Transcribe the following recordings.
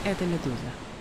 это «Медуза».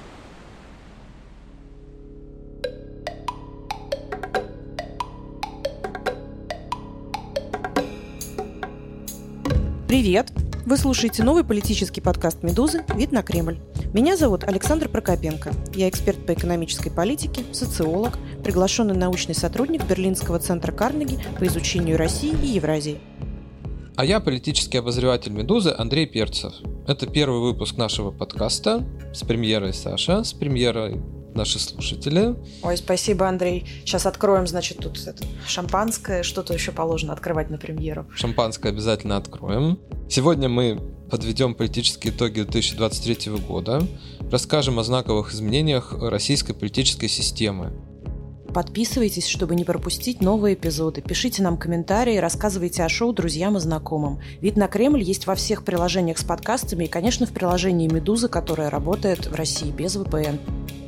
Привет! Вы слушаете новый политический подкаст «Медузы. Вид на Кремль». Меня зовут Александр Прокопенко. Я эксперт по экономической политике, социолог, приглашенный научный сотрудник Берлинского центра Карнеги по изучению России и Евразии. А я политический обозреватель «Медузы» Андрей Перцев. Это первый выпуск нашего подкаста с премьерой, Саша, с премьерой наши слушатели. Ой, спасибо, Андрей. Сейчас откроем, значит, тут шампанское, что-то еще положено открывать на премьеру. Шампанское обязательно откроем. Сегодня мы подведем политические итоги 2023 года, расскажем о знаковых изменениях российской политической системы. Подписывайтесь, чтобы не пропустить новые эпизоды. Пишите нам комментарии, рассказывайте о шоу друзьям и знакомым. «Вид на Кремль» есть во всех приложениях с подкастами и, конечно, в приложении «Медуза», которое работает в России без VPN.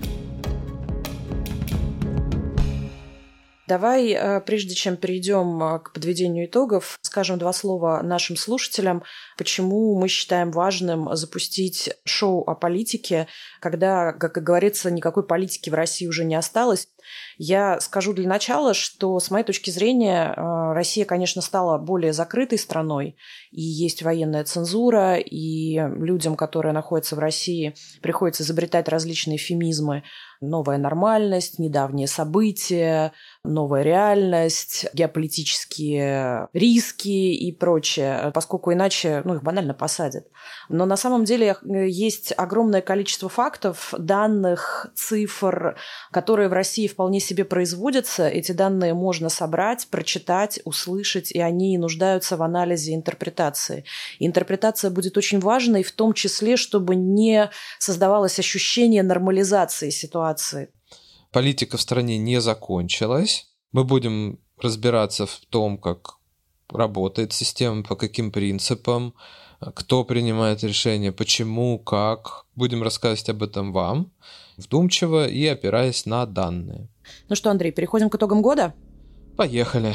Давай, прежде чем перейдем к подведению итогов, скажем два слова нашим слушателям, почему мы считаем важным запустить шоу о политике, когда, как говорится, никакой политики в России уже не осталось. Я скажу для начала, что, с моей точки зрения, Россия, конечно, стала более закрытой страной, и есть военная цензура, и людям, которые находятся в России, приходится изобретать различные эвфемизмы. Новая нормальность, недавние события, новая реальность, геополитические риски и прочее, поскольку иначе их банально посадят. Но на самом деле есть огромное количество фактов, данных, цифр, которые в России вполне себе производятся. Эти данные можно собрать, прочитать, услышать, и они нуждаются в анализе и интерпретации. И интерпретация будет очень важной, в том числе, чтобы не создавалось ощущение нормализации ситуации. Политика в стране не закончилась. Мы будем разбираться в том, как работает система, по каким принципам, кто принимает решения, почему, как. Будем рассказывать об этом вам, вдумчиво и опираясь на данные. Ну что, Андрей, переходим к итогам года? Поехали.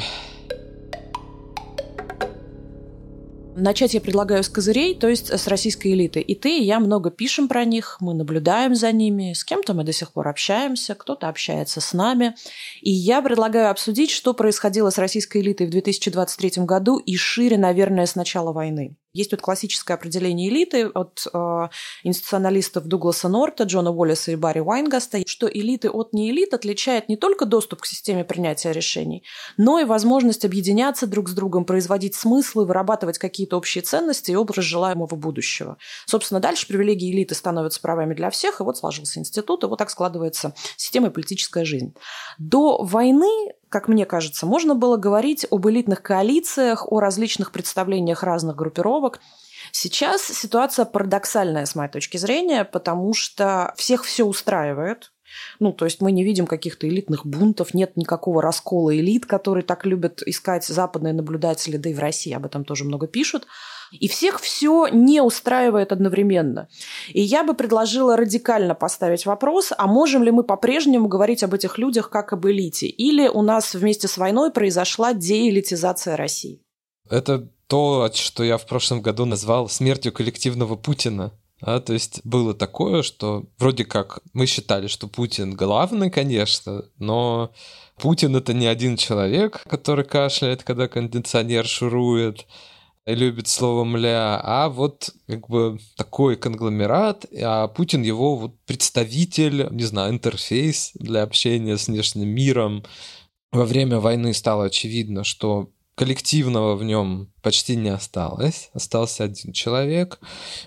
Начать я предлагаю с козырей, то есть с российской элиты. И ты, и я много пишем про них, мы наблюдаем за ними, с кем-то мы до сих пор общаемся, кто-то общается с нами. И я предлагаю обсудить, что происходило с российской элитой в 2023 году и шире, наверное, с начала войны. Есть тут классическое определение элиты от институционалистов Дугласа Норта, Джона Уоллеса и Барри Уайнгаста, что элиты от неэлит отличает не только доступ к системе принятия решений, но и возможность объединяться друг с другом, производить смыслы, вырабатывать какие-то общие ценности и образ желаемого будущего. Собственно, дальше привилегии элиты становятся правами для всех, и вот сложился институт, и вот так складывается система и политическая жизнь. До войны, как мне кажется, можно было говорить об элитных коалициях, о различных представлениях разных группировок. Сейчас ситуация парадоксальная, с моей точки зрения, потому что всех все устраивает. То есть мы не видим каких-то элитных бунтов, нет никакого раскола элит, который так любят искать западные наблюдатели, да и в России об этом тоже много пишут. И всех все не устраивает одновременно. И я бы предложила радикально поставить вопрос, а можем ли мы по-прежнему говорить об этих людях как об элите? Или у нас вместе с войной произошла деэлитизация России? Это то, что я в прошлом году назвал смертью коллективного Путина. То есть было такое, что вроде как мы считали, что Путин главный, конечно, но Путин — это не один человек, который кашляет, когда кондиционер шурует, и любит слово «мля», а вот как бы такой конгломерат, а Путин его представитель, не знаю, интерфейс для общения с внешним миром. Во время войны стало очевидно, что коллективного в нем почти не осталось, остался один человек.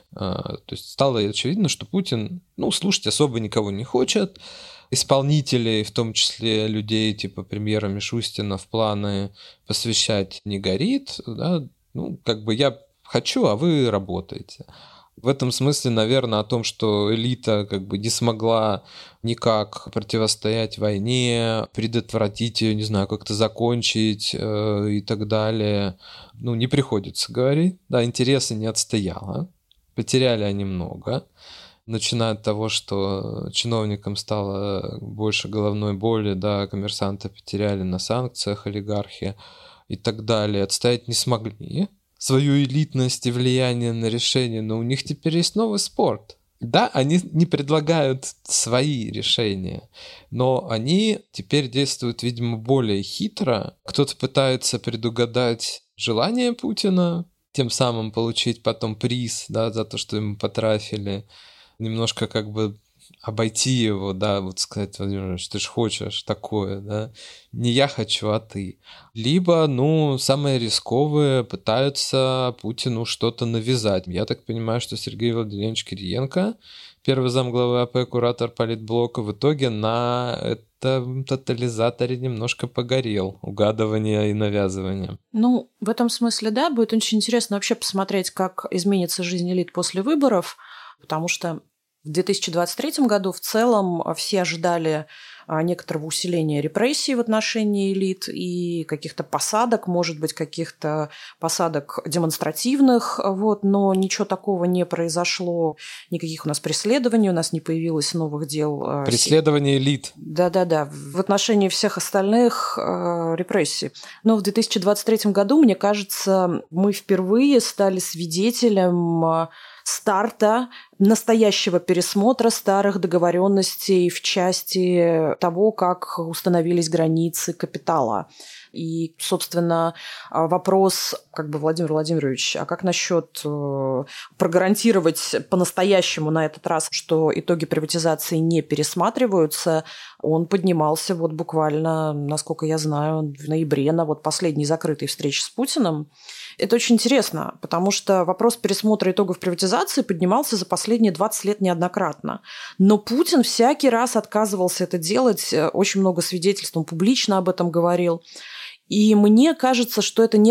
То есть стало очевидно, что Путин, слушать особо никого не хочет. Исполнителей, в том числе людей типа премьера Мишустина, в планы посвящать не горит, да. Я хочу, а вы работаете. В этом смысле, наверное, о том, что элита не смогла никак противостоять войне, предотвратить ее, не знаю, как-то закончить и так далее, не приходится говорить. Да, интересы не отстояла, потеряли они много. Начиная от того, что чиновникам стало больше головной боли, да, коммерсанты потеряли на санкциях, олигархи и так далее, отстоять не смогли свою элитность и влияние на решение, но у них теперь есть новый спорт. Да, они не предлагают свои решения, но они теперь действуют, видимо, более хитро. Кто-то пытается предугадать желание Путина, тем самым получить потом приз, да, за то, что ему потрафили, немножко как бы обойти его, да, вот сказать, Владимир, что ты ж хочешь такое, да, не я хочу, а ты. Либо, самые рисковые пытаются Путину что-то навязать. Я так понимаю, что Сергей Владимирович Кириенко, первый замглавы АП, куратор политблока, в итоге на этом тотализаторе немножко погорел, угадывание и навязывание. В этом смысле, да, будет очень интересно вообще посмотреть, как изменится жизнь элит после выборов, потому что в 2023 году в целом все ожидали некоторого усиления репрессий в отношении элит и каких-то посадок, может быть, каких-то посадок демонстративных, но ничего такого не произошло, никаких у нас преследований, у нас не появилось новых дел. Преследование элит. Да-да-да, в отношении всех остальных репрессий. Но в 2023 году, мне кажется, мы впервые стали свидетелем старта настоящего пересмотра старых договоренностей в части того, как установились границы капитала. И, собственно, вопрос, Владимир Владимирович, а как насчет прогарантировать по-настоящему на этот раз, что итоги приватизации не пересматриваются, он поднимался буквально, насколько я знаю, в ноябре на последней закрытой встрече с Путиным. Это очень интересно, потому что вопрос пересмотра итогов приватизации поднимался за последние 20 лет неоднократно. Но Путин всякий раз отказывался это делать, очень много свидетельств, он публично об этом говорил. И мне кажется, что это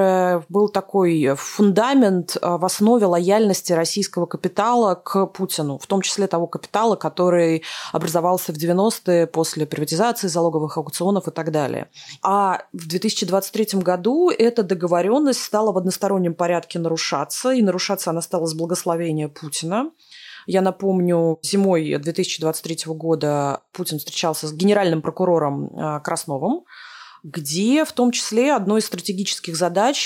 был такой фундамент в основе лояльности российского капитала к Путину, в том числе того капитала, который образовался в 90-е после приватизации, залоговых аукционов и так далее. А в 2023 году эта договоренность стала в одностороннем порядке нарушаться, и нарушаться она стала с благословения Путина. Я напомню, зимой 2023 года Путин встречался с генеральным прокурором Красновым, где в том числе одной из стратегических задач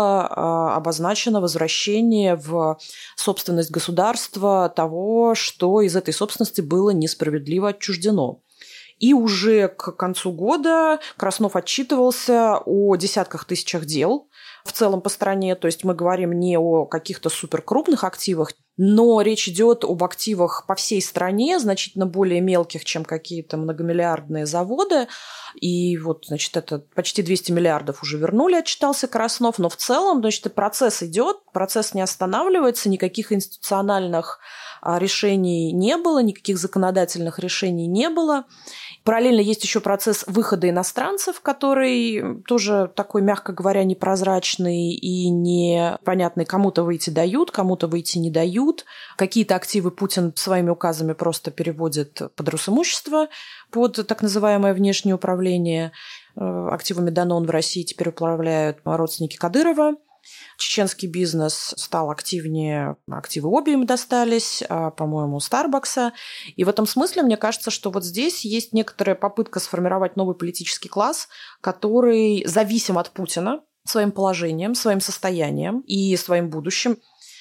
было обозначено возвращение в собственность государства того, что из этой собственности было несправедливо отчуждено. И уже к концу года Краснов отчитывался о десятках тысячах дел в целом по стране. То есть мы говорим не о каких-то суперкрупных активах, но речь идет об активах по всей стране, значительно более мелких, чем какие-то многомиллиардные заводы. И это почти 200 миллиардов уже вернули, отчитался Краснов. Но в целом, процесс идет, процесс не останавливается, никаких институциональных решений не было, никаких законодательных решений не было. Параллельно есть еще процесс выхода иностранцев, который тоже такой, мягко говоря, непрозрачный и непонятный. Кому-то выйти дают, кому-то выйти не дают. Какие-то активы Путин своими указами просто переводит под Росимущество, под так называемое внешнее управление. Активами Данон в России теперь управляют родственники Кадырова. Чеченский бизнес стал активнее, активы обе им достались, по-моему, Старбакса. И в этом смысле мне кажется, что здесь есть некоторая попытка сформировать новый политический класс, который зависим от Путина своим положением, своим состоянием и своим будущим.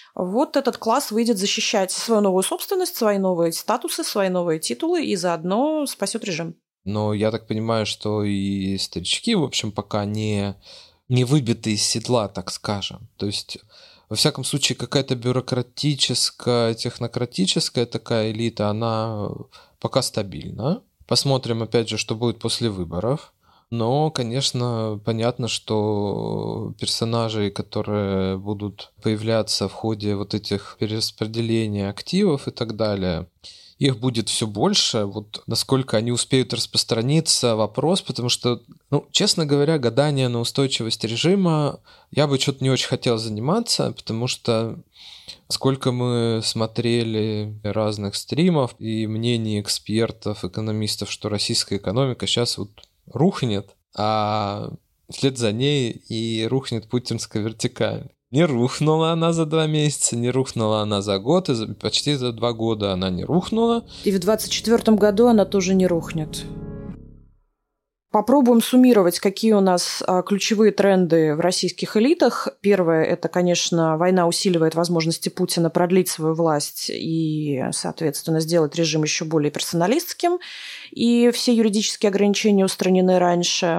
Этот класс выйдет защищать свою новую собственность, свои новые статусы, свои новые титулы и заодно спасет режим. Но я так понимаю, что и старички, в общем, пока не выбиты из седла, так скажем. То есть, во всяком случае, какая-то бюрократическая, технократическая такая элита, она пока стабильна. Посмотрим, опять же, что будет после выборов. Но, конечно, понятно, что персонажи, которые будут появляться в ходе этих перераспределения активов и так далее, их будет все больше. Насколько они успеют распространиться, вопрос, потому что, честно говоря, гадание на устойчивость режима я бы что-то не очень хотел заниматься, потому что сколько мы смотрели разных стримов и мнений экспертов, экономистов, что российская экономика сейчас рухнет, а вслед за ней и рухнет путинская вертикаль. Не рухнула она за 2 месяца, не рухнула она за год, и почти за 2 года она не рухнула. И в 2024 году она тоже не рухнет. Попробуем суммировать, какие у нас ключевые тренды в российских элитах. Первое – это, конечно, война усиливает возможности Путина продлить свою власть и, соответственно, сделать режим еще более персоналистским. И все юридические ограничения устранены раньше.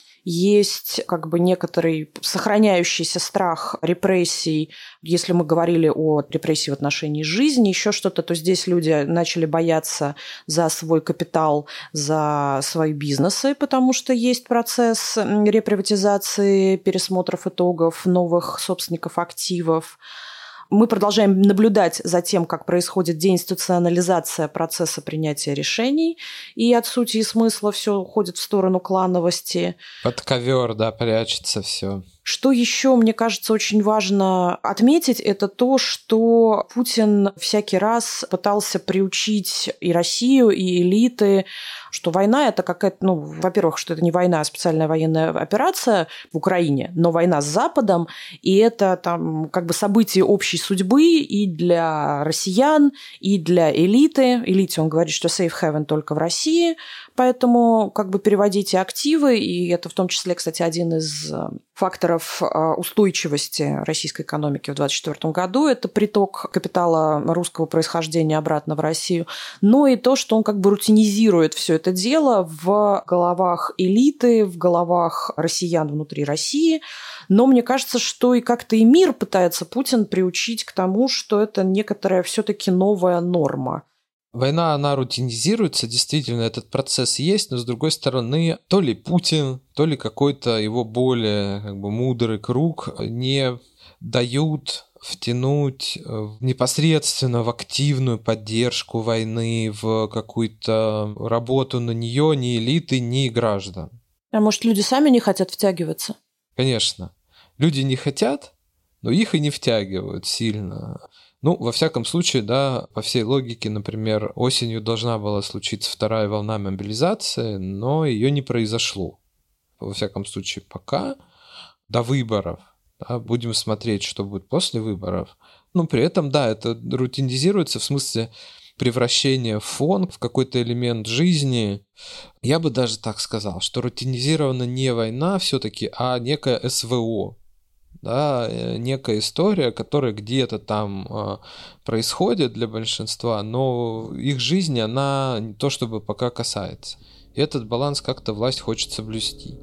Есть некоторый сохраняющийся страх репрессий. Если мы говорили о репрессии в отношении жизни, еще что-то, то здесь люди начали бояться за свой капитал, за свои бизнесы, потому что есть процесс реприватизации, пересмотров итогов новых собственников активов. Мы продолжаем наблюдать за тем, как происходит деинституционализация процесса принятия решений, и от сути и смысла все уходит в сторону клановости. Под ковер, прячется все. Что еще, мне кажется, очень важно отметить, это то, что Путин всякий раз пытался приучить и Россию, и элиты, что война – это какая-то, во-первых, что это не война, а специальная военная операция в Украине, но война с Западом, и это событие общей судьбы и для россиян, и для элиты. Элите он говорит, что safe haven только в России, поэтому переводите активы, и это в том числе, кстати, один из факторов устойчивости российской экономики в 2024 году – это приток капитала русского происхождения обратно в Россию, но и то, что он рутинизирует все это дело в головах элиты, в головах россиян внутри России. Но мне кажется, что и как-то и мир пытается Путин приучить к тому, что это некоторая все-таки новая норма. Война, она рутинизируется, действительно, этот процесс есть, но, с другой стороны, то ли Путин, то ли какой-то его более мудрый круг не дают втянуть непосредственно в активную поддержку войны, в какую-то работу на нее ни элиты, ни граждан. А может, люди сами не хотят втягиваться? Конечно. Люди не хотят, но их и не втягивают сильно. Во всяком случае, по всей логике, например, осенью должна была случиться вторая волна мобилизации, но ее не произошло. Во всяком случае, пока до выборов. Будем смотреть, что будет после выборов. Но при этом, это рутинизируется в смысле превращения в фон, в какой-то элемент жизни. Я бы даже так сказал, что рутинизирована не война все-таки, а некое СВО. Некая история, которая где-то там происходит для большинства, но их жизни она не то чтобы пока касается. И этот баланс как-то власть хочет соблюсти.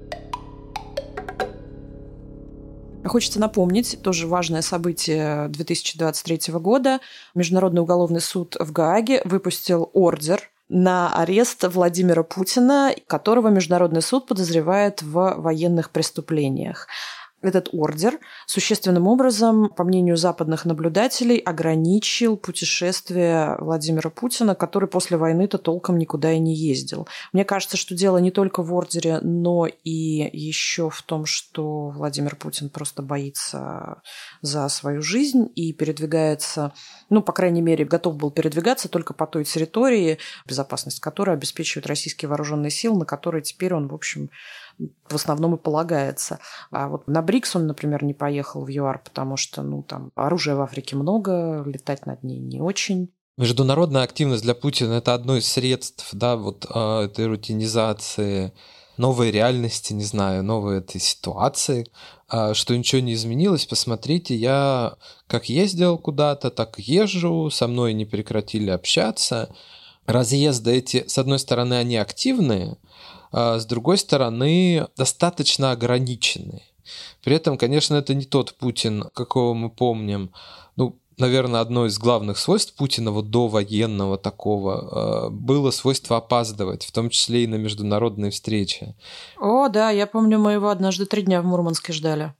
Хочется напомнить, тоже важное событие 2023 года. Международный уголовный суд в Гааге выпустил ордер на арест Владимира Путина, которого Международный суд подозревает в военных преступлениях. Этот ордер существенным образом, по мнению западных наблюдателей, ограничил путешествие Владимира Путина, который после войны-то толком никуда и не ездил. Мне кажется, что дело не только в ордере, но и еще в том, что Владимир Путин просто боится за свою жизнь и передвигается, по крайней мере, готов был передвигаться только по той территории, безопасность которой обеспечивают российские вооруженные силы, на которые теперь он, в основном и полагается. А вот на БРИКС он, например, не поехал в ЮАР, потому что, там оружия в Африке много, летать над ней не очень. Международная активность для Путина – это одно из средств, этой рутинизации, новой реальности, не знаю, новой этой ситуации, что ничего не изменилось. Посмотрите, я как ездил куда-то, так и езжу, со мной не прекратили общаться. Разъезды эти, с одной стороны, они активные, а с другой стороны, достаточно ограниченные. При этом, конечно, это не тот Путин, какого мы помним. Наверное, одно из главных свойств Путина довоенного такого было свойство опаздывать, в том числе и на международные встречи. О, да, я помню, мы его однажды 3 дня в Мурманске ждали.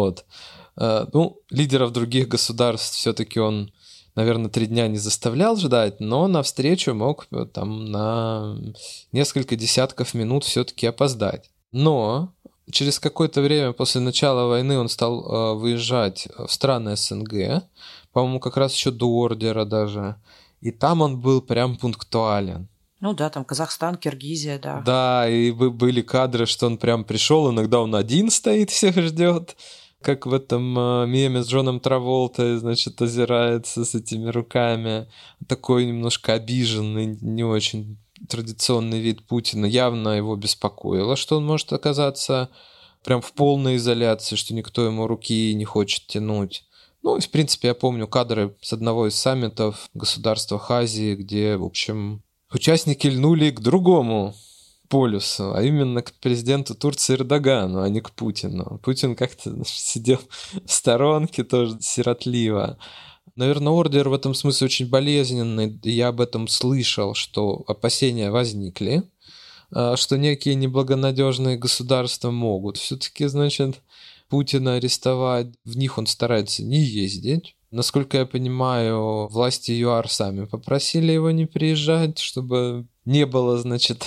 Лидеров других государств все-таки он, наверное, 3 дня не заставлял ждать, но на встречу мог на несколько десятков минут все-таки опоздать. Но через какое-то время после начала войны он стал выезжать в страны СНГ, по-моему, как раз еще до ордера даже, и там он был прям пунктуален. Там Казахстан, Киргизия, да. Да, и были кадры, что он прям пришел, иногда он один стоит, всех ждет. Как в этом меме с Джоном Траволтой, озирается с этими руками. Такой немножко обиженный, не очень традиционный вид Путина, явно его беспокоило, что он может оказаться прям в полной изоляции, что никто ему руки не хочет тянуть. Ну, и, в принципе, я помню кадры с одного из саммитов в государствах Азии, где, в общем, участники льнули к другому полюсу, а именно к президенту Турции Эрдогану, а не к Путину. Путин как-то сидел в сторонке тоже сиротливо. Наверное, ордер в этом смысле очень болезненный. Я об этом слышал, что опасения возникли, что некие неблагонадежные государства могут все-таки, значит, Путина арестовать. В них он старается не ездить. Насколько я понимаю, власти ЮАР сами попросили его не приезжать, чтобы не было, значит,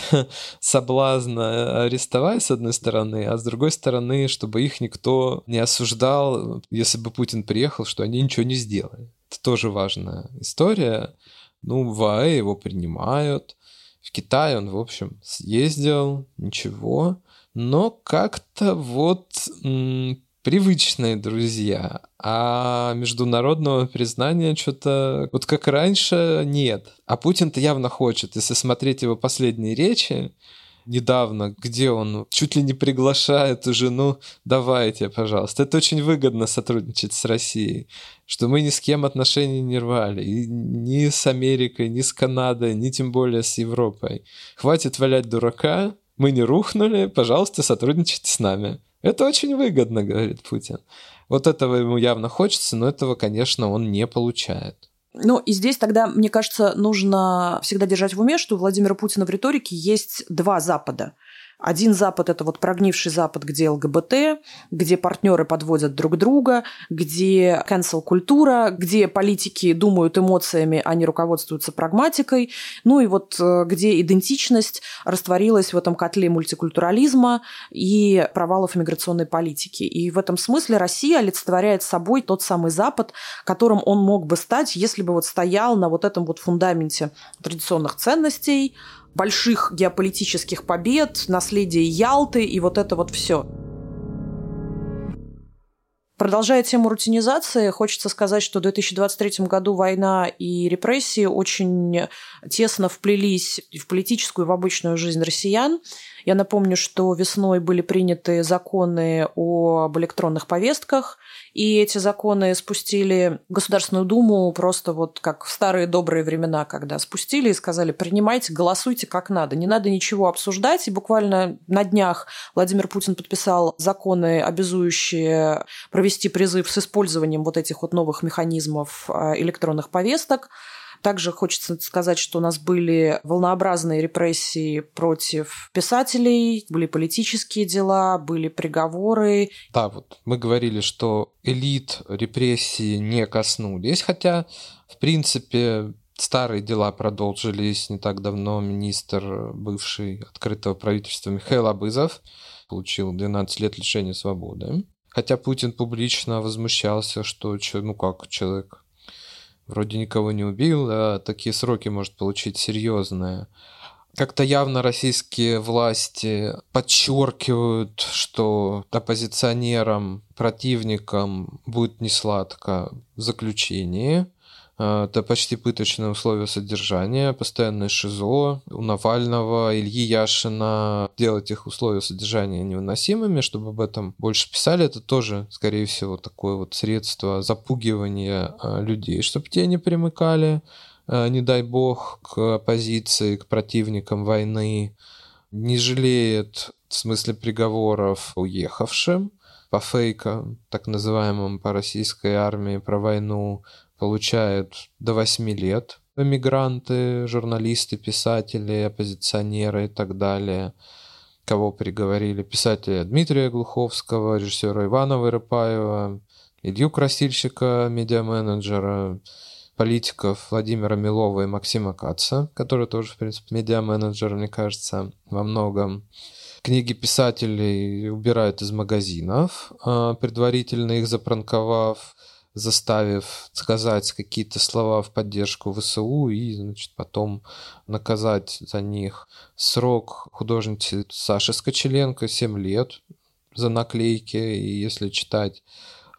соблазна арестовать с одной стороны, а с другой стороны, чтобы их никто не осуждал, если бы Путин приехал, что они ничего не сделали. Это тоже важная история. Ну, в ОАЭ его принимают. В Китае он, в общем, съездил, ничего. Но как-то вот привычные друзья, а международного признания что-то вот как раньше нет. А Путин-то явно хочет. Если смотреть его последние речи недавно, где он чуть ли не приглашает жену, давайте, пожалуйста. Это очень выгодно сотрудничать с Россией, что мы ни с кем отношений не рвали, и ни с Америкой, ни с Канадой, ни тем более с Европой. Хватит валять дурака, мы не рухнули, пожалуйста, сотрудничайте с нами. Это очень выгодно, говорит Путин. Вот этого ему явно хочется, но этого, конечно, он не получает. Ну, и здесь тогда, мне кажется, нужно всегда держать в уме, что у Владимира Путина в риторике есть два Запада. Один Запад – это вот прогнивший Запад, где ЛГБТ, где партнеры подводят друг друга, где cancel-культура, где политики думают эмоциями, а не руководствуются прагматикой. Ну и вот где идентичность растворилась в этом котле мультикультурализма и провалов миграционной политики. И в этом смысле Россия олицетворяет собой тот самый Запад, которым он мог бы стать, если бы вот стоял на вот этом вот фундаменте традиционных ценностей, больших геополитических побед, наследия Ялты и вот это вот все. Продолжая тему рутинизации, хочется сказать, что в 2023 году война и репрессии очень тесно вплелись в политическую и в обычную жизнь россиян. Я напомню, что весной были приняты законы об электронных повестках, и эти законы спустили в Государственную Думу просто вот как в старые добрые времена, когда спустили и сказали: принимайте, голосуйте как надо, не надо ничего обсуждать. И буквально на днях Владимир Путин подписал законы, обязующие провести призыв с использованием вот этих вот новых механизмов электронных повесток. Также хочется сказать, что у нас были волнообразные репрессии против писателей, были политические дела, были приговоры. Да, вот мы говорили, что элит репрессии не коснулись, хотя, в принципе, старые дела продолжились. Не так давно министр бывший открытого правительства Михаил Абызов получил 12 лет лишения свободы. Хотя Путин публично возмущался, что человек вроде никого не убил, а такие сроки может получить серьезные. Как-то явно российские власти подчеркивают, что оппозиционерам, противникам будет несладко в заключении. Это почти пыточные условия содержания, постоянное ШИЗО. У Навального, Ильи Яшина делать их условия содержания невыносимыми, чтобы об этом больше писали. Это тоже, скорее всего, такое вот средство запугивания людей, чтобы те не примыкали, не дай бог, к оппозиции, к противникам войны. Не жалеет, в смысле приговоров, уехавшим по фейкам, так называемым по российской армии про войну, получают до 8 лет эмигранты, журналисты, писатели, оппозиционеры и так далее. Кого приговорили? Писателя Дмитрия Глуховского, режиссера Ивана Вырыпаева, Илью Красильщика, медиаменеджера, политиков Владимира Милова и Максима Каца, который тоже, в принципе, медиаменеджер, мне кажется, во многом. Книги писателей убирают из магазинов, предварительно их запранковав, заставив сказать какие-то слова в поддержку ВСУ и, значит, потом наказать за них. Срок художницы Саши Скочеленко 7 лет за наклейки, и если читать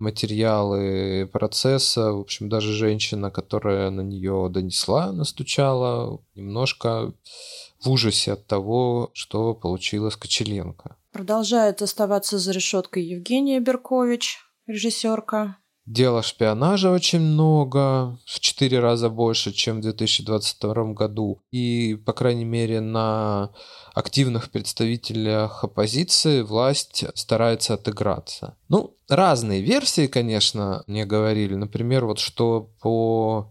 материалы процесса. В общем, даже женщина, которая на нее донесла, настучала, немножко в ужасе от того, что получила Кочеленко. Продолжает оставаться за решеткой Евгения Беркович, режиссерка. Дел о шпионаже очень много, в 4 раза больше, чем в 2022 году. И, по крайней мере, на активных представителях оппозиции власть старается отыграться. Ну, разные версии, конечно, мне говорили. Например, вот что по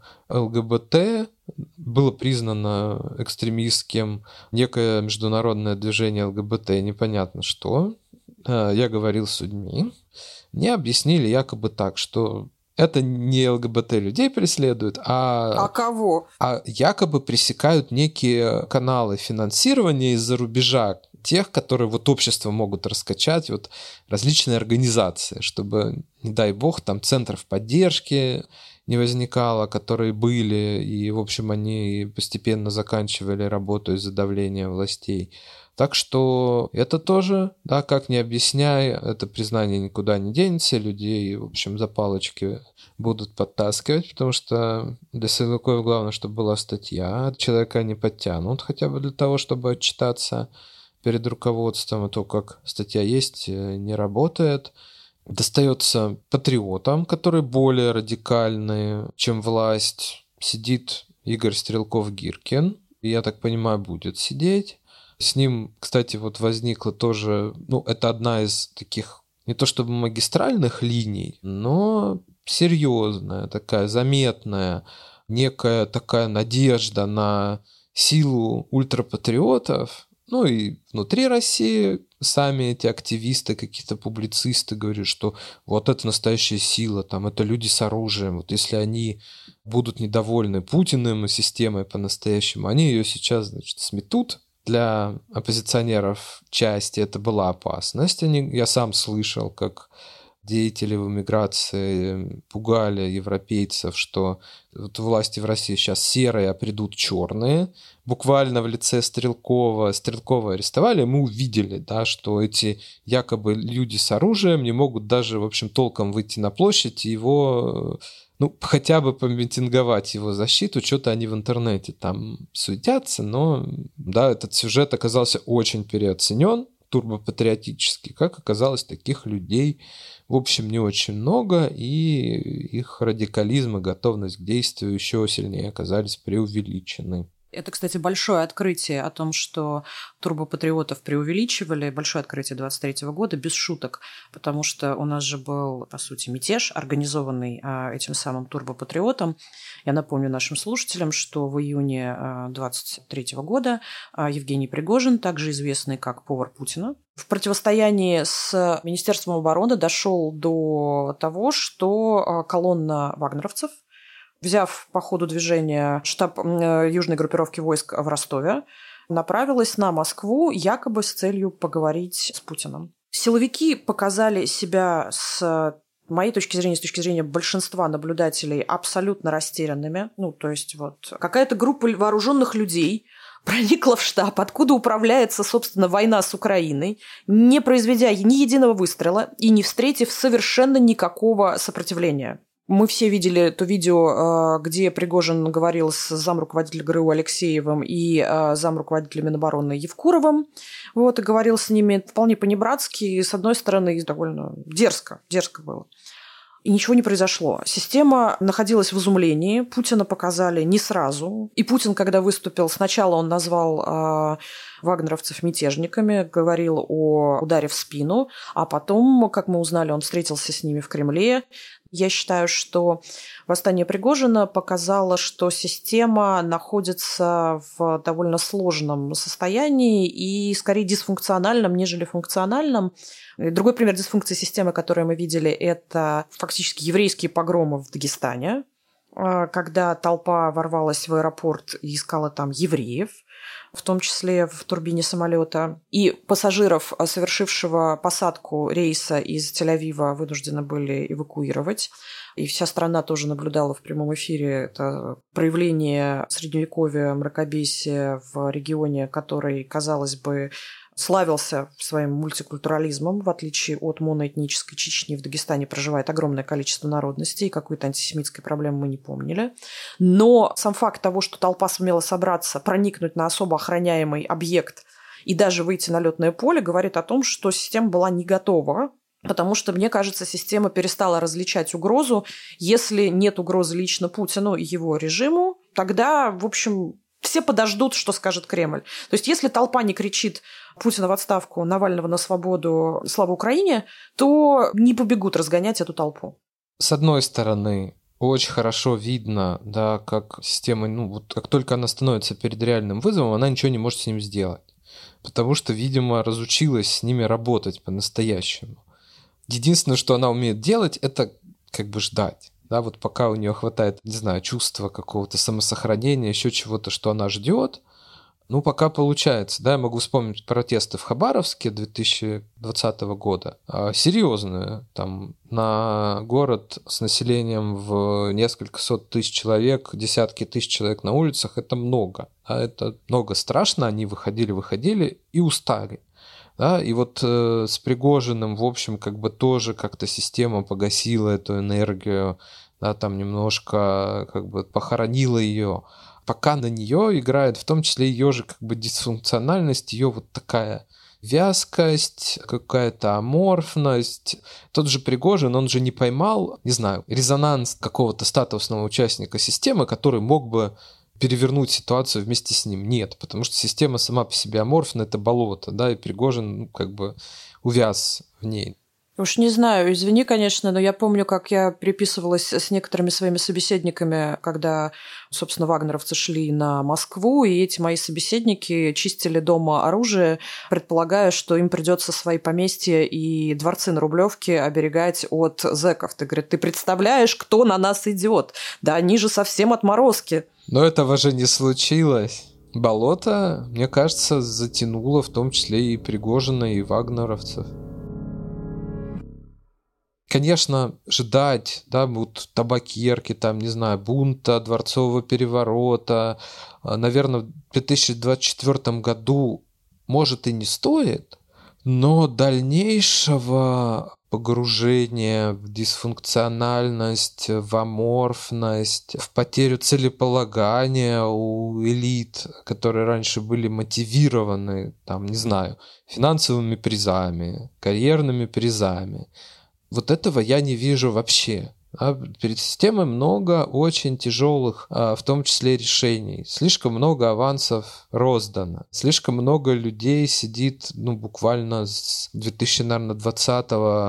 ЛГБТ было признано экстремистским некое международное движение ЛГБТ, непонятно что. Я говорил с людьми. Мне объяснили якобы так, что это не ЛГБТ людей преследуют, А кого? А якобы пресекают некие каналы финансирования из-за рубежа, тех, которые вот общество могут раскачать, вот различные организации, чтобы, не дай бог, там центров поддержки не возникало, которые были, и, в общем, они постепенно заканчивали работу из-за давления властей. Так что это тоже, да, как ни объясняй, это признание никуда не денется, людей, в общем, за палочки будут подтаскивать, потому что для силовиков главное, чтобы была статья, человека не подтянут хотя бы для того, чтобы отчитаться перед руководством, а то, как статья есть, не работает. Достается патриотам, которые более радикальные, чем власть. Сидит Игорь Стрелков-Гиркин, я так понимаю, будет сидеть. С ним, кстати, вот возникла тоже, это одна из таких, не то чтобы магистральных линий, но серьезная, такая заметная, некая такая надежда на силу ультрапатриотов. Ну и внутри России сами эти активисты, какие-то публицисты говорят, что вот это настоящая сила, там это люди с оружием. Вот если они будут недовольны Путиным и системой по-настоящему, они ее сейчас, значит, сметут. Для оппозиционеров части это была опасность. Я сам слышал, как деятели в эмиграции пугали европейцев, что вот власти в России сейчас серые, а придут черные. Буквально в лице Стрелкова. Стрелкова арестовали, мы увидели, да, что эти якобы люди с оружием не могут даже, в общем, толком выйти на площадь и его... хотя бы помитинговать его защиту, что-то они в интернете там суетятся, но, да, этот сюжет оказался очень переоценен, турбопатриотический. Как оказалось, таких людей, в общем, не очень много, и их радикализм и готовность к действию еще сильнее оказались преувеличены. Это, кстати, большое открытие о том, что турбопатриотов преувеличивали, большое открытие 23 года, без шуток, потому что у нас же был, по сути, мятеж, организованный этим самым турбопатриотом. Я напомню нашим слушателям, что в июне 23 года Евгений Пригожин, также известный как повар Путина, в противостоянии с Министерством обороны дошел до того, что колонна вагнеровцев, взяв по ходу движения штаб южной группировки войск в Ростове, направилась на Москву якобы с целью поговорить с Путиным. Силовики показали себя, с моей точки зрения, с точки зрения большинства наблюдателей, абсолютно растерянными. То есть вот какая-то группа вооруженных людей проникла в штаб, откуда управляется, собственно, война с Украиной, не произведя ни единого выстрела и не встретив совершенно никакого сопротивления. Мы все видели то видео, где Пригожин говорил с замруководителем ГРУ Алексеевым и замруководителем Минобороны Евкуровым. И говорил с ними вполне по-небратски, и, с одной стороны, довольно дерзко было. И ничего не произошло. Система находилась в изумлении. Путина показали не сразу. И Путин, когда выступил, сначала он назвал вагнеровцев мятежниками, говорил о ударе в спину, а потом, как мы узнали, он встретился с ними в Кремле. Я считаю, что восстание Пригожина показало, что система находится в довольно сложном состоянии и скорее дисфункциональном, нежели функциональном. Другой пример дисфункции системы, который мы видели, это фактически еврейские погромы в Дагестане, когда толпа ворвалась в аэропорт и искала там евреев, в том числе в турбине самолета. И пассажиров, совершившего посадку рейса из Тель-Авива, вынуждены были эвакуировать. И вся страна тоже наблюдала в прямом эфире это проявление средневековья, мракобесия в регионе, который, казалось бы, славился своим мультикультурализмом, в отличие от моноэтнической Чечни. В Дагестане проживает огромное количество народностей, и какой-то антисемитской проблемы мы не помнили. Но сам факт того, что толпа сумела собраться, проникнуть на особо охраняемый объект и даже выйти на лётное поле, говорит о том, что система была не готова. Потому что, мне кажется, система перестала различать угрозу. Если нет угрозы лично Путину и его режиму, тогда, в общем, все подождут, что скажет Кремль. То есть если толпа не кричит Путина в отставку, Навального на свободу, слава Украине, то не побегут разгонять эту толпу. С одной стороны, очень хорошо видно, да, как система, вот как только она становится перед реальным вызовом, она ничего не может с ним сделать. Потому что, видимо, разучилась с ними работать по-настоящему. Единственное, что она умеет делать, это как бы ждать. Да, вот пока у нее хватает, не знаю, чувства какого-то самосохранения, еще чего-то, что она ждет, пока получается. Да, я могу вспомнить протесты в Хабаровске 2020 года. Серьезные. Там на город с населением в несколько сот тысяч человек, десятки тысяч человек на улицах, это много. Это много страшно. Они выходили и устали. Да, и вот с Пригожиным, в общем, как бы тоже как-то система погасила эту энергию, да, там немножко как бы похоронила ее. Пока на нее играет в том числе ее же как бы дисфункциональность, ее вот такая вязкость, какая-то аморфность. Тот же Пригожин, он же не поймал, не знаю, резонанс какого-то статусного участника системы, который мог бы перевернуть ситуацию вместе с ним. Нет, потому что система сама по себе аморфна, это болото, да, и Пригожин как бы увяз в ней. Уж не знаю, извини, конечно, но я помню, как я переписывалась с некоторыми своими собеседниками, когда, собственно, вагнеровцы шли на Москву, и эти мои собеседники чистили дома оружие, предполагая, что им придется свои поместья и дворцы на Рублевке оберегать от зэков. Ты, говорит, ты представляешь, кто на нас идет? Да они же совсем отморозки. Но этого же не случилось. Болото, мне кажется, затянуло в том числе и Пригожина, и вагнеровцев. Конечно, ждать, да, вот табакерки, там, не знаю, бунта, дворцового переворота, наверное, в 2024 году, может, и не стоит, но дальнейшего погружения в дисфункциональность, в аморфность, в потерю целеполагания у элит, которые раньше были мотивированы, там, не знаю, финансовыми призами, карьерными призами, вот этого я не вижу вообще. Перед системой много очень тяжелых, в том числе, решений. Слишком много авансов роздано. Слишком много людей сидит, буквально с 2020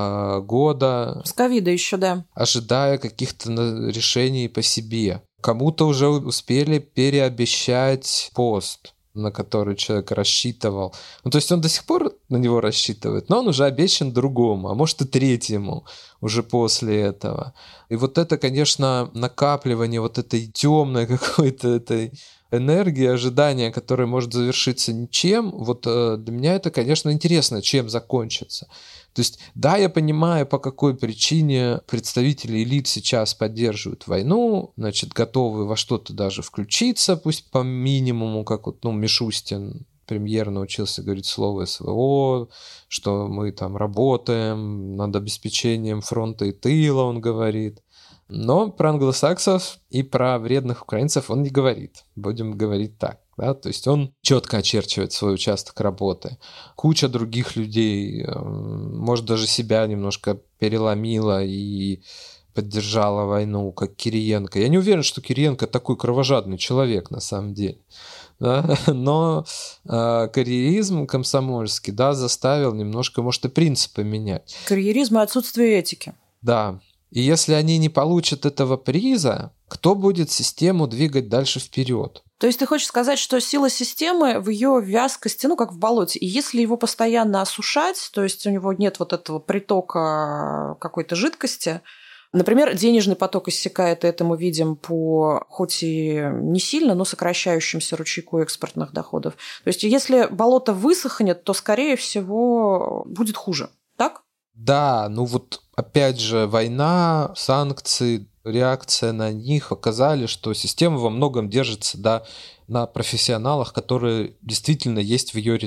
года. С ковида еще, да. Ожидая каких-то решений по себе. Кому-то уже успели переобещать пост, на который человек рассчитывал. То есть он до сих пор на него рассчитывает, но он уже обещан другому, а может и третьему уже после этого. И вот это, конечно, накапливание вот этой темной какой-то этой энергии, ожидания, которое может завершиться ничем, вот для меня это, конечно, интересно, чем закончится. То есть, да, я понимаю, по какой причине представители элит сейчас поддерживают войну, значит, готовы во что-то даже включиться, пусть по минимуму, как вот, Мишустин, премьер, научился говорить слово СВО, что мы там работаем над обеспечением фронта и тыла, он говорит. Но про англосаксов и про вредных украинцев он не говорит. Будем говорить так. Да? То есть он четко очерчивает свой участок работы. Куча других людей, может, даже себя немножко переломила и поддержала войну, как Кириенко. Я не уверен, что Кириенко такой кровожадный человек на самом деле. Да? Но карьеризм комсомольский, да, заставил немножко, может, и принципы менять. Карьеризм и отсутствие этики. Да. И если они не получат этого приза, кто будет систему двигать дальше вперед? То есть ты хочешь сказать, что сила системы в ее вязкости, как в болоте, и если его постоянно осушать, то есть у него нет вот этого притока какой-то жидкости, например, денежный поток иссякает, и это мы видим по, хоть и не сильно, но сокращающимся ручейку экспортных доходов. То есть если болото высохнет, то, скорее всего, будет хуже, так? Да, опять же, война, санкции, реакция на них показали, что система во многом держится, да, на профессионалах, которые действительно есть в ее рядах.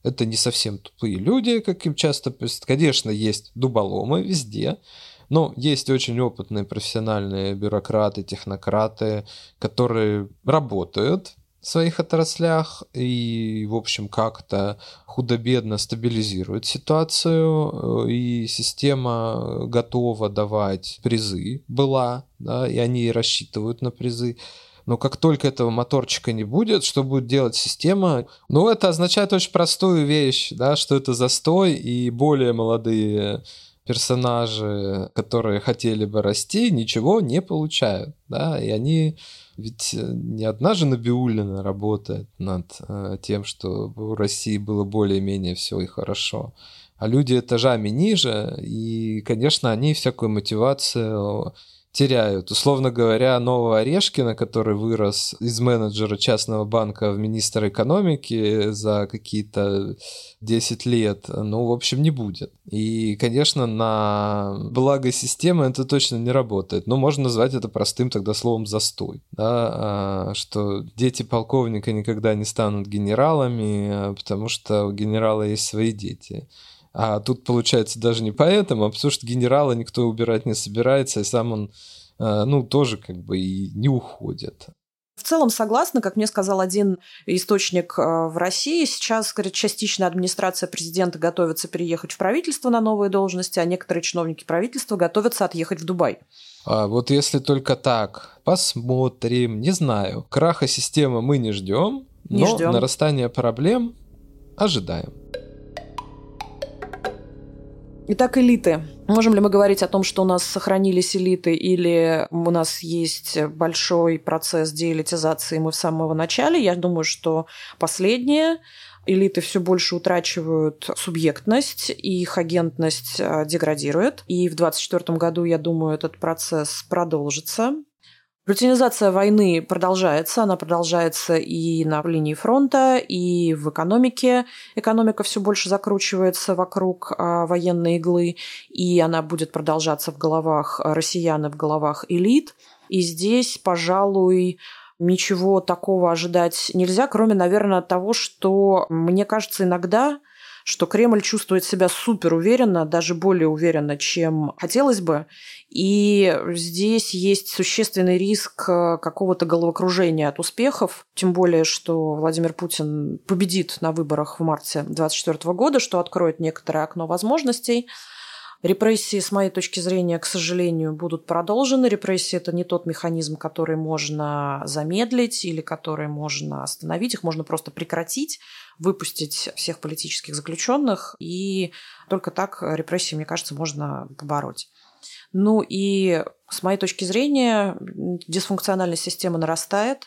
Это не совсем тупые люди, как им часто... Конечно, есть дуболомы везде, но есть очень опытные профессиональные бюрократы, технократы, которые работают в своих отраслях и, в общем, как-то худо-бедно стабилизируют ситуацию, и система готова давать призы, была, да, и они рассчитывают на призы. Но как только этого моторчика не будет, что будет делать система? Ну, это означает очень простую вещь, да, что это застой, и более молодые персонажи, которые хотели бы расти, ничего не получают, да, и они... Ведь не одна же Набиуллина работает над тем, что в России было более-менее все и хорошо, а люди этажами ниже, и, конечно, они всякую мотивацию теряют. Условно говоря, нового Орешкина, который вырос из менеджера частного банка в министра экономики за какие-то 10 лет, ну, в общем, не будет. И, конечно, на благо системы это точно не работает. Но можно назвать это простым тогда словом «застой». Да? Что дети полковника никогда не станут генералами, потому что у генерала есть свои дети. А тут, получается, даже не поэтому, а потому что генерала никто убирать не собирается, и сам он, ну, тоже как бы и не уходит. В целом согласна, как мне сказал один источник в России, сейчас, говорит, частично администрация президента готовится переехать в правительство на новые должности, а некоторые чиновники правительства готовятся отъехать в Дубай. А вот если только так, посмотрим, не знаю. Краха системы мы не ждем, но нарастание проблем ожидаем. Итак, элиты. Можем ли мы говорить о том, что у нас сохранились элиты, или у нас есть большой процесс деэлитизации, мы в самом начале? Я думаю, что последние. Элиты все больше утрачивают субъектность, и их агентность деградирует. И в 2024 году, я думаю, этот процесс продолжится. Рутинизация войны продолжается, она продолжается и на линии фронта, и в экономике. Экономика все больше закручивается вокруг военной иглы, и она будет продолжаться в головах россиян и в головах элит. И здесь, пожалуй, ничего такого ожидать нельзя, кроме, наверное, того, что, мне кажется, иногда, что Кремль чувствует себя суперуверенно, даже более уверенно, чем хотелось бы. И здесь есть существенный риск какого-то головокружения от успехов, тем более, что Владимир Путин победит на выборах в марте 2024 года, что откроет некоторое окно возможностей. Репрессии, с моей точки зрения, к сожалению, будут продолжены. Репрессии – это не тот механизм, который можно замедлить или который можно остановить. Их можно просто прекратить, выпустить всех политических заключенных, и только так репрессии, мне кажется, можно побороть. Ну и с моей точки зрения, дисфункциональность системы нарастает,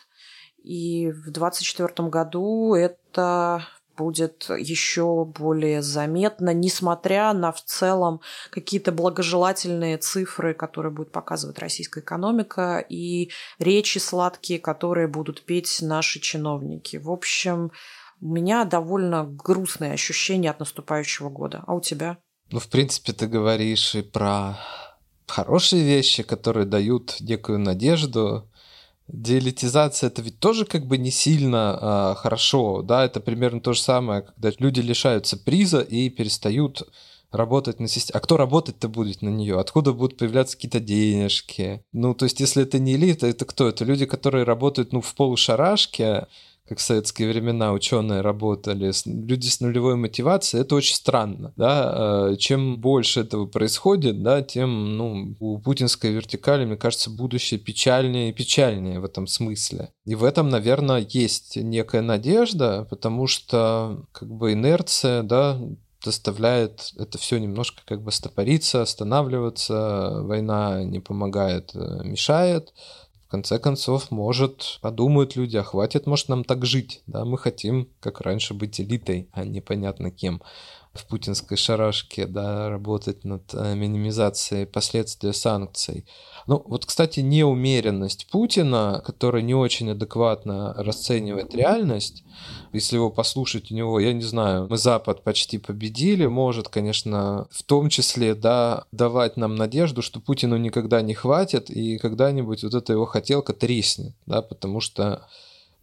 и в 2024 году это будет еще более заметно, несмотря на в целом какие-то благожелательные цифры, которые будет показывать российская экономика, и речи сладкие, которые будут петь наши чиновники. В общем, у меня довольно грустные ощущения от наступающего года. А у тебя? Ну, в принципе, ты говоришь и про хорошие вещи, которые дают некую надежду. Деэлитизация — это ведь тоже как бы не сильно хорошо, да, это примерно то же самое, когда люди лишаются приза и перестают работать на системе. А кто работать-то будет на нее? Откуда будут появляться какие-то денежки? Ну, то есть, если это не элита, это кто? Это люди, которые работают, ну, в полушарашке, как в советские времена ученые работали, люди с нулевой мотивацией, это очень странно, да, чем больше этого происходит, да, тем, ну, у путинской вертикали, мне кажется, будущее печальнее и печальнее в этом смысле. И в этом, наверное, есть некая надежда, потому что, как бы, инерция, да, заставляет это все немножко как бы стопориться, останавливаться, война не помогает, мешает. В конце концов, может, подумают люди, а хватит, может, нам так жить. Да, мы хотим, как раньше, быть элитой, а непонятно кем в путинской шарашке, да, работать над минимизацией последствий санкций. Ну, вот, кстати, неумеренность Путина, который не очень адекватно расценивает реальность, если его послушать, у него, я не знаю, мы Запад почти победили, может, конечно, в том числе, да, давать нам надежду, что Путину никогда не хватит, и когда-нибудь вот эта его хотелка треснет, да, потому что,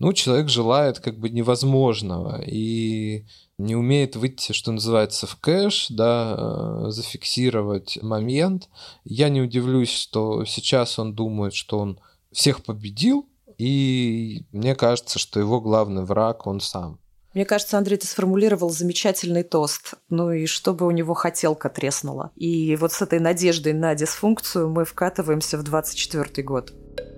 человек желает как бы невозможного и не умеет выйти, что называется, в кэш, да, зафиксировать момент. Я не удивлюсь, что сейчас он думает, что он всех победил, и мне кажется, что его главный враг он сам. Мне кажется, Андрей, ты сформулировал замечательный тост. И чтобы у него хотелка треснула. И вот с этой надеждой на дисфункцию мы вкатываемся в 24-й год.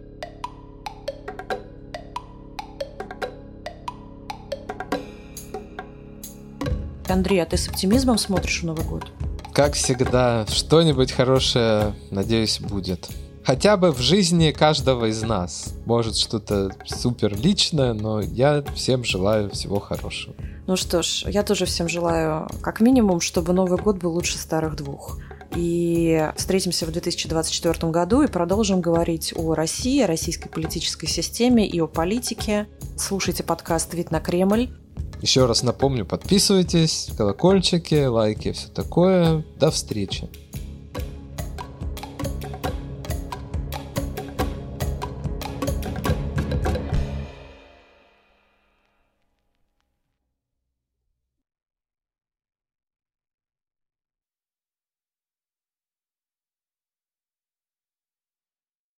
Андрей, а ты с оптимизмом смотришь в Новый год? Как всегда, что-нибудь хорошее, надеюсь, будет. Хотя бы в жизни каждого из нас. Может, что-то супер личное, но я всем желаю всего хорошего. Ну что ж, я тоже всем желаю, как минимум, чтобы Новый год был лучше старых двух. И встретимся в 2024 году и продолжим говорить о России, о российской политической системе и о политике. Слушайте подкаст «Вид на Кремль». Еще раз напомню, подписывайтесь, колокольчики, лайки, все такое. До встречи.